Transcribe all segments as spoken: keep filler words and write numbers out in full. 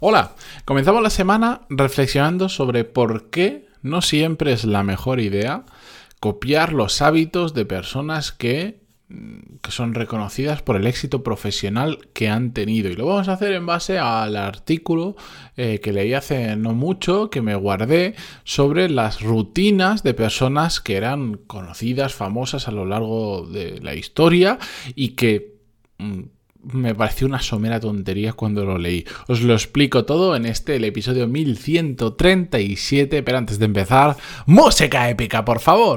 Hola, comenzamos la semana reflexionando sobre por qué no siempre es la mejor idea copiar los hábitos de personas que, que son reconocidas por el éxito profesional que han tenido. Y lo vamos a hacer en base al artículo eh, que leí hace no mucho, que me guardé, sobre las rutinas de personas que eran conocidas, famosas a lo largo de la historia y que... Mmm, me pareció una somera tontería cuando lo leí. Os lo explico todo en este, el episodio mil ciento treinta y siete. Pero antes de empezar, ¡música épica, por favor!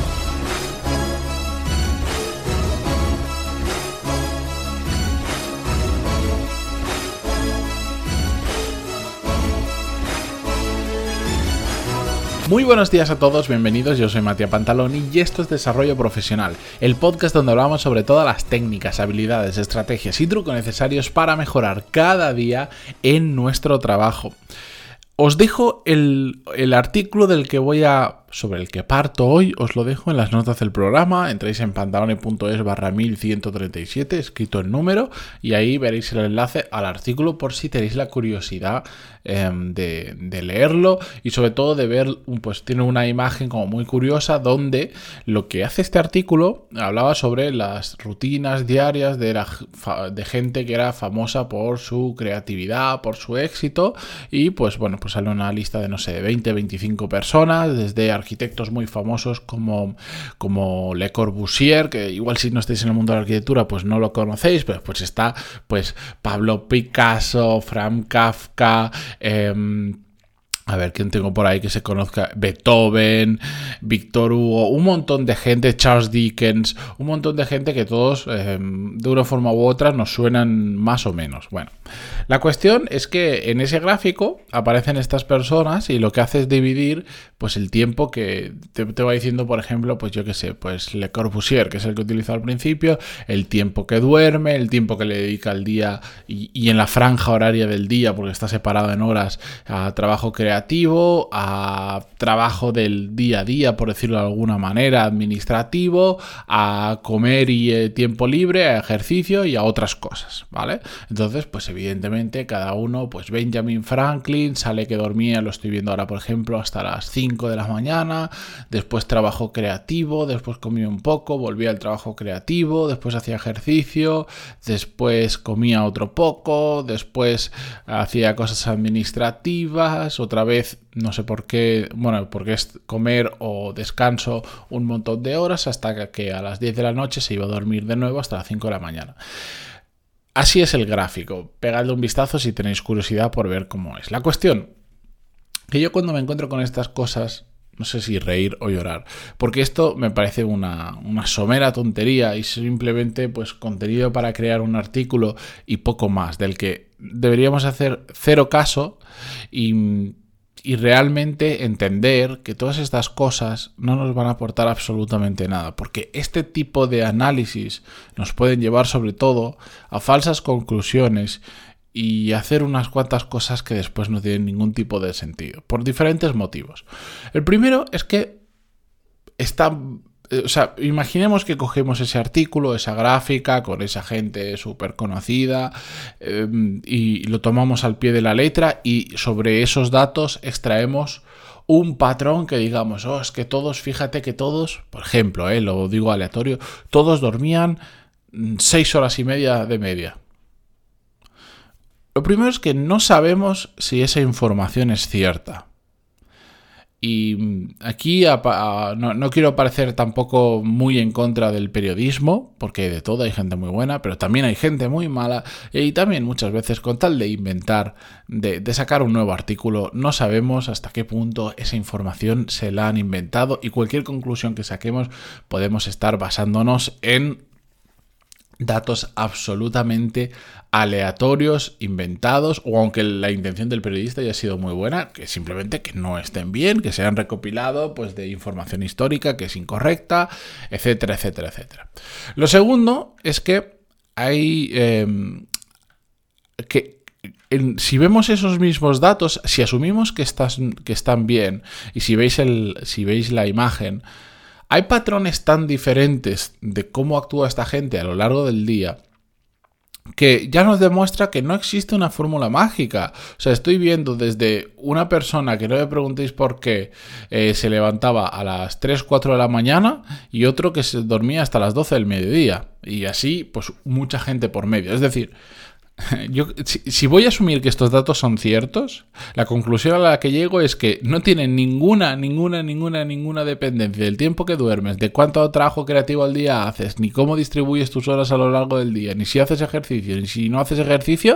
Muy buenos días a todos, bienvenidos, yo soy Matías Pantaloni y esto es Desarrollo Profesional, el podcast donde hablamos sobre todas las técnicas, habilidades, estrategias y trucos necesarios para mejorar cada día en nuestro trabajo. Os dejo el, el artículo del que voy a... sobre el que parto hoy, os lo dejo en las notas del programa. Entréis en pantaloni.es barra mil ciento treinta y siete, escrito el número, y ahí veréis el enlace al artículo por si tenéis la curiosidad eh, de, de leerlo y sobre todo de ver, pues tiene una imagen como muy curiosa donde lo que hace este artículo hablaba sobre las rutinas diarias de, la, de gente que era famosa por su creatividad, por su éxito, y pues bueno, pues sale una lista de no sé, de veinte, veinticinco personas, desde arquitectos muy famosos como, como Le Corbusier, que igual si no estáis en el mundo de la arquitectura pues no lo conocéis, pero pues está pues Pablo Picasso, Franz Kafka, eh, a ver, ¿quién tengo por ahí que se conozca? Beethoven, Victor Hugo, un montón de gente, Charles Dickens, un montón de gente que todos, eh, de una forma u otra, nos suenan más o menos. Bueno, la cuestión es que en ese gráfico aparecen estas personas y lo que hace es dividir pues el tiempo que te, te va diciendo, por ejemplo, pues yo qué sé, pues Le Corbusier, que es el que utilizó al principio, el tiempo que duerme, el tiempo que le dedica al día y, y en la franja horaria del día, porque está separado en horas, a trabajo creativo, creativo, a trabajo del día a día, por decirlo de alguna manera, administrativo, a comer y eh, tiempo libre, a ejercicio y a otras cosas, ¿vale? Entonces, pues evidentemente cada uno, pues Benjamin Franklin sale que dormía, lo estoy viendo ahora por ejemplo, hasta las cinco de la mañana, después trabajo creativo, después comía un poco, volvía al trabajo creativo, después hacía ejercicio, después comía otro poco, después hacía cosas administrativas, otra vez, no sé por qué, bueno, porque es comer o descanso un montón de horas hasta que a las diez de la noche se iba a dormir de nuevo hasta las cinco de la mañana. Así es el gráfico. Pegadle un vistazo si tenéis curiosidad por ver cómo es. La cuestión, que yo cuando me encuentro con estas cosas, no sé si reír o llorar, porque esto me parece una, una somera tontería y simplemente pues contenido para crear un artículo y poco más, del que deberíamos hacer cero caso y... y realmente entender que todas estas cosas no nos van a aportar absolutamente nada, porque este tipo de análisis nos pueden llevar sobre todo a falsas conclusiones y hacer unas cuantas cosas que después no tienen ningún tipo de sentido, por diferentes motivos. El primero es que está... O sea, imaginemos que cogemos ese artículo, esa gráfica, con esa gente súper conocida eh, y lo tomamos al pie de la letra y sobre esos datos extraemos un patrón que digamos, oh, es que todos, fíjate que todos, por ejemplo, eh, lo digo aleatorio, todos dormían seis horas y media de media. Lo primero es que no sabemos si esa información es cierta. Y aquí a, a, no, no quiero parecer tampoco muy en contra del periodismo, porque de todo hay gente muy buena, pero también hay gente muy mala y también muchas veces con tal de inventar, de, de sacar un nuevo artículo, no sabemos hasta qué punto esa información se la han inventado y cualquier conclusión que saquemos podemos estar basándonos en datos absolutamente aleatorios, inventados, o aunque la intención del periodista haya sido muy buena, que simplemente que no estén bien, que se han recopilado pues de información histórica que es incorrecta, etcétera, etcétera, etcétera. Lo segundo es que hay eh, que en, si vemos esos mismos datos, si asumimos que, estás, que están bien y si veis el, si veis la imagen, hay patrones tan diferentes de cómo actúa esta gente a lo largo del día que ya nos demuestra que no existe una fórmula mágica. O sea, estoy viendo desde una persona que no me preguntéis por qué eh, se levantaba a las tres, cuatro de la mañana y otro que se dormía hasta las doce del mediodía. Y así, pues mucha gente por medio. Es decir, yo, si, si voy a asumir que estos datos son ciertos, la conclusión a la que llego es que no tienen ninguna, ninguna, ninguna, ninguna dependencia del tiempo que duermes, de cuánto trabajo creativo al día haces, ni cómo distribuyes tus horas a lo largo del día, ni si haces ejercicio, ni si no haces ejercicio,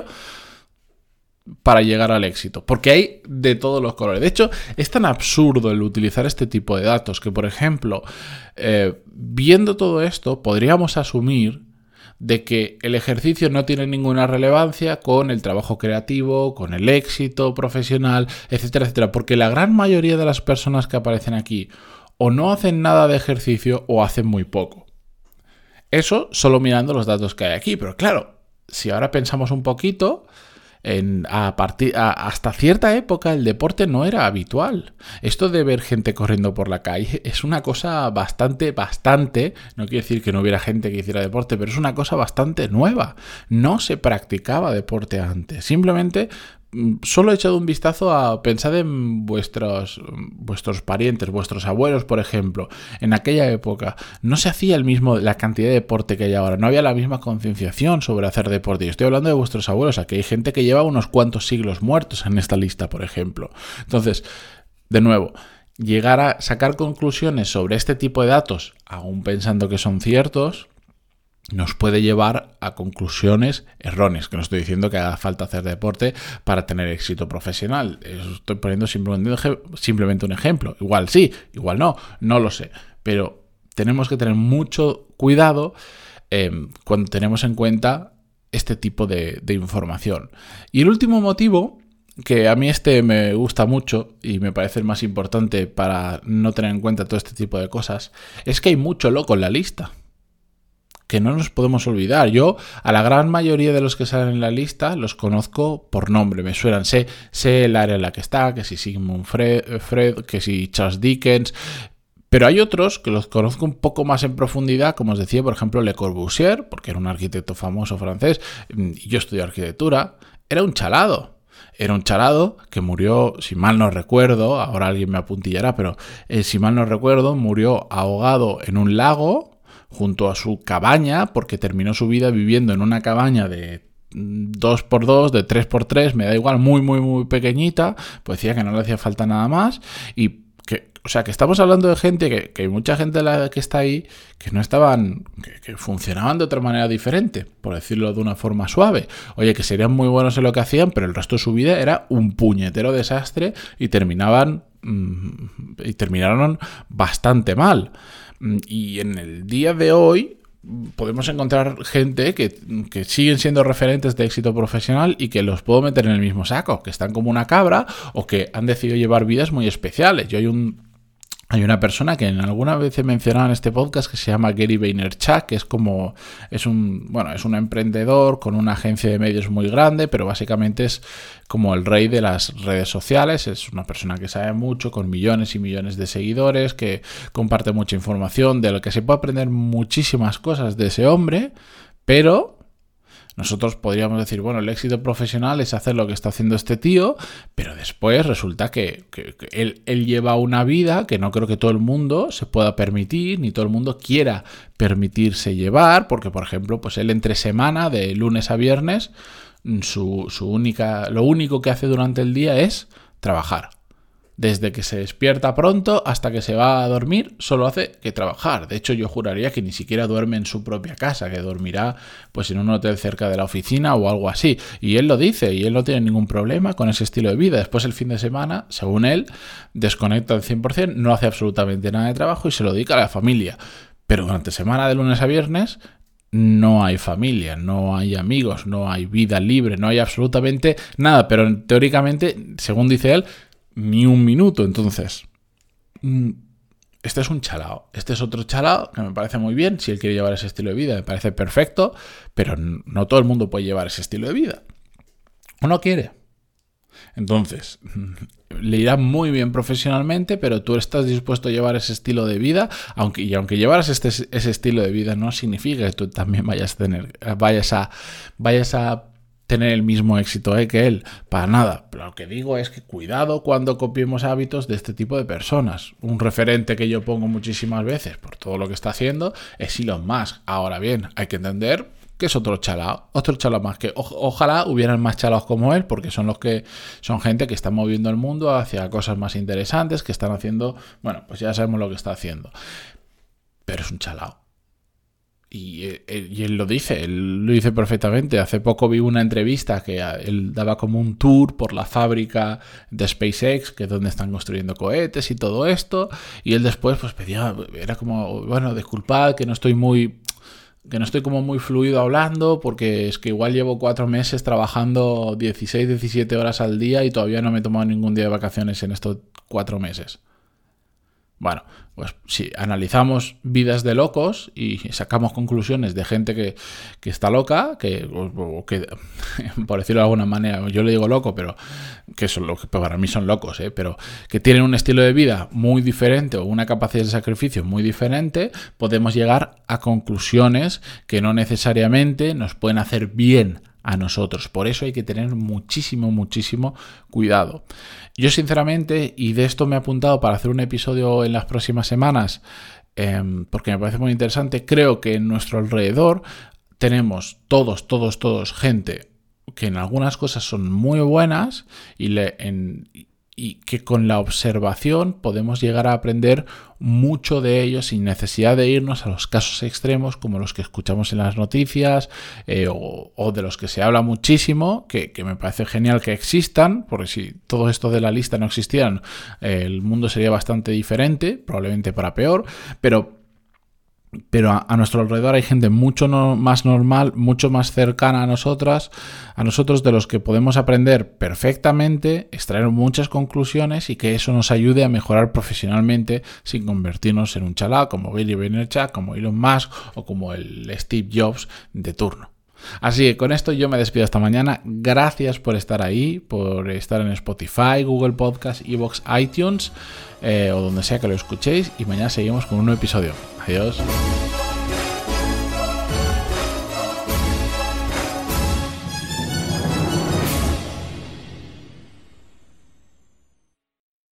para llegar al éxito. Porque hay de todos los colores. De hecho, es tan absurdo el utilizar este tipo de datos que, por ejemplo, eh, viendo todo esto, podríamos asumir de que el ejercicio no tiene ninguna relevancia con el trabajo creativo, con el éxito profesional, etcétera, etcétera. Porque la gran mayoría de las personas que aparecen aquí o no hacen nada de ejercicio o hacen muy poco. Eso solo mirando los datos que hay aquí. Pero claro, si ahora pensamos un poquito, En, a partir, a, hasta cierta época el deporte no era habitual. Esto de ver gente corriendo por la calle es una cosa bastante, bastante, no quiere decir que no hubiera gente que hiciera deporte, pero es una cosa bastante nueva. No se practicaba deporte antes. Simplemente solo he echado un vistazo a pensad en vuestros, vuestros parientes, vuestros abuelos, por ejemplo. En aquella época no se hacía el mismo, la cantidad de deporte que hay ahora. No había la misma concienciación sobre hacer deporte. Y estoy hablando de vuestros abuelos. Aquí hay gente que lleva unos cuantos siglos muertos en esta lista, por ejemplo. Entonces, de nuevo, llegar a sacar conclusiones sobre este tipo de datos, aún pensando que son ciertos, nos puede llevar a conclusiones erróneas, que no estoy diciendo que haga falta hacer deporte para tener éxito profesional. Estoy poniendo simplemente, simplemente un ejemplo. Igual sí, igual no, no lo sé. Pero tenemos que tener mucho cuidado eh, cuando tenemos en cuenta este tipo de, de información. Y el último motivo, que a mí este me gusta mucho y me parece el más importante para no tener en cuenta todo este tipo de cosas, es que hay mucho loco en la lista. Que no nos podemos olvidar. Yo a la gran mayoría de los que salen en la lista los conozco por nombre, me suenan, sé, sé el área en la que está, que si Sigmund Freud, Freud, que si Charles Dickens, pero hay otros que los conozco un poco más en profundidad, como os decía, por ejemplo, Le Corbusier, porque era un arquitecto famoso francés, y yo estudié arquitectura, era un chalado. Era un chalado que murió, si mal no recuerdo, ahora alguien me apuntillará, pero eh, si mal no recuerdo, murió ahogado en un lago junto a su cabaña, porque terminó su vida viviendo en una cabaña de dos por dos, de tres por tres, me da igual, muy, muy, muy pequeñita, pues decía que no le hacía falta nada más, y que, o sea, que estamos hablando de gente, que, que hay mucha gente la que está ahí, que no estaban, que, que funcionaban de otra manera diferente, por decirlo de una forma suave. Oye, que serían muy buenos en lo que hacían, pero el resto de su vida era un puñetero desastre y terminaban, mmm, y terminaron bastante mal. Y en el día de hoy podemos encontrar gente que, que siguen siendo referentes de éxito profesional y que los puedo meter en el mismo saco, que están como una cabra o que han decidido llevar vidas muy especiales. Yo hay un Hay una persona que en alguna vez he mencionado en este podcast que se llama Gary Vaynerchuk, que es como, es un, bueno, es un emprendedor con una agencia de medios muy grande, pero básicamente es como el rey de las redes sociales. Es una persona que sabe mucho, con millones y millones de seguidores, que comparte mucha información, de lo que se puede aprender muchísimas cosas de ese hombre, pero nosotros podríamos decir, bueno, el éxito profesional es hacer lo que está haciendo este tío, pero después resulta que, que, que él, él lleva una vida que no creo que todo el mundo se pueda permitir, ni todo el mundo quiera permitirse llevar, porque, por ejemplo, pues él entre semana, de lunes a viernes, su, su única, lo único que hace durante el día es trabajar. Desde que se despierta pronto hasta que se va a dormir, solo hace que trabajar. De hecho, yo juraría que ni siquiera duerme en su propia casa, que dormirá pues en un hotel cerca de la oficina o algo así. Y él lo dice, y él no tiene ningún problema con ese estilo de vida. Después, el fin de semana, según él, desconecta al cien por ciento, no hace absolutamente nada de trabajo y se lo dedica a la familia. Pero durante semana, de lunes a viernes, no hay familia, no hay amigos, no hay vida libre, no hay absolutamente nada. Pero teóricamente, según dice él, ni un minuto. Entonces, este es un chalao. Este es otro chalao que me parece muy bien. Si él quiere llevar ese estilo de vida, me parece perfecto, pero no todo el mundo puede llevar ese estilo de vida. ¿O no quiere? Entonces, le irá muy bien profesionalmente, pero tú estás dispuesto a llevar ese estilo de vida, aunque, y aunque llevaras este, ese estilo de vida no significa que tú también vayas a tener, vayas a, vayas a tener el mismo éxito ¿eh? que él, para nada. Pero lo que digo es que cuidado cuando copiemos hábitos de este tipo de personas. Un referente que yo pongo muchísimas veces por todo lo que está haciendo es Elon Musk. Ahora bien, hay que entender que es otro chalao, otro chalao más, que o, ojalá hubieran más chalaos como él, porque son los que son gente que está moviendo el mundo hacia cosas más interesantes, que están haciendo, bueno, pues ya sabemos lo que está haciendo. Pero es un chalao. Y, y él lo dice, él lo dice perfectamente. Hace poco vi una entrevista que él daba como un tour por la fábrica de SpaceX, que es donde están construyendo cohetes y todo esto, y él después pues pedía, era como, bueno, disculpad que no estoy muy... que no estoy como muy fluido hablando, porque es que igual llevo cuatro meses trabajando dieciséis, diecisiete horas al día y todavía no me he tomado ningún día de vacaciones en estos cuatro meses. Bueno, pues si analizamos vidas de locos y sacamos conclusiones de gente que, que está loca, que, o, que, por decirlo de alguna manera, yo le digo loco, pero que son lo que para mí son locos, ¿eh? Pero que tienen un estilo de vida muy diferente o una capacidad de sacrificio muy diferente, podemos llegar a conclusiones que no necesariamente nos pueden hacer bien a nosotros. Por eso hay que tener muchísimo, muchísimo cuidado. Yo sinceramente, y de esto me he apuntado para hacer un episodio en las próximas semanas, eh, porque me parece muy interesante, creo que en nuestro alrededor tenemos todos, todos, todos gente que en algunas cosas son muy buenas y, le, en, y que con la observación podemos llegar a aprender mucho de ellos sin necesidad de irnos a los casos extremos como los que escuchamos en las noticias eh, o, o de los que se habla muchísimo, que, que me parece genial que existan, porque si todo esto de la lista no existieran, eh, el mundo sería bastante diferente, probablemente para peor, pero Pero a, a nuestro alrededor hay gente mucho no, más normal, mucho más cercana a nosotras, a nosotros, de los que podemos aprender perfectamente, extraer muchas conclusiones y que eso nos ayude a mejorar profesionalmente sin convertirnos en un chalá como Gary Vaynerchuk, como Elon Musk o como el Steve Jobs de turno. Así que con esto yo me despido esta mañana. Gracias por estar ahí, por estar en Spotify, Google Podcast, iVoox, iTunes eh, o donde sea que lo escuchéis, y mañana seguimos con un nuevo episodio. Adiós.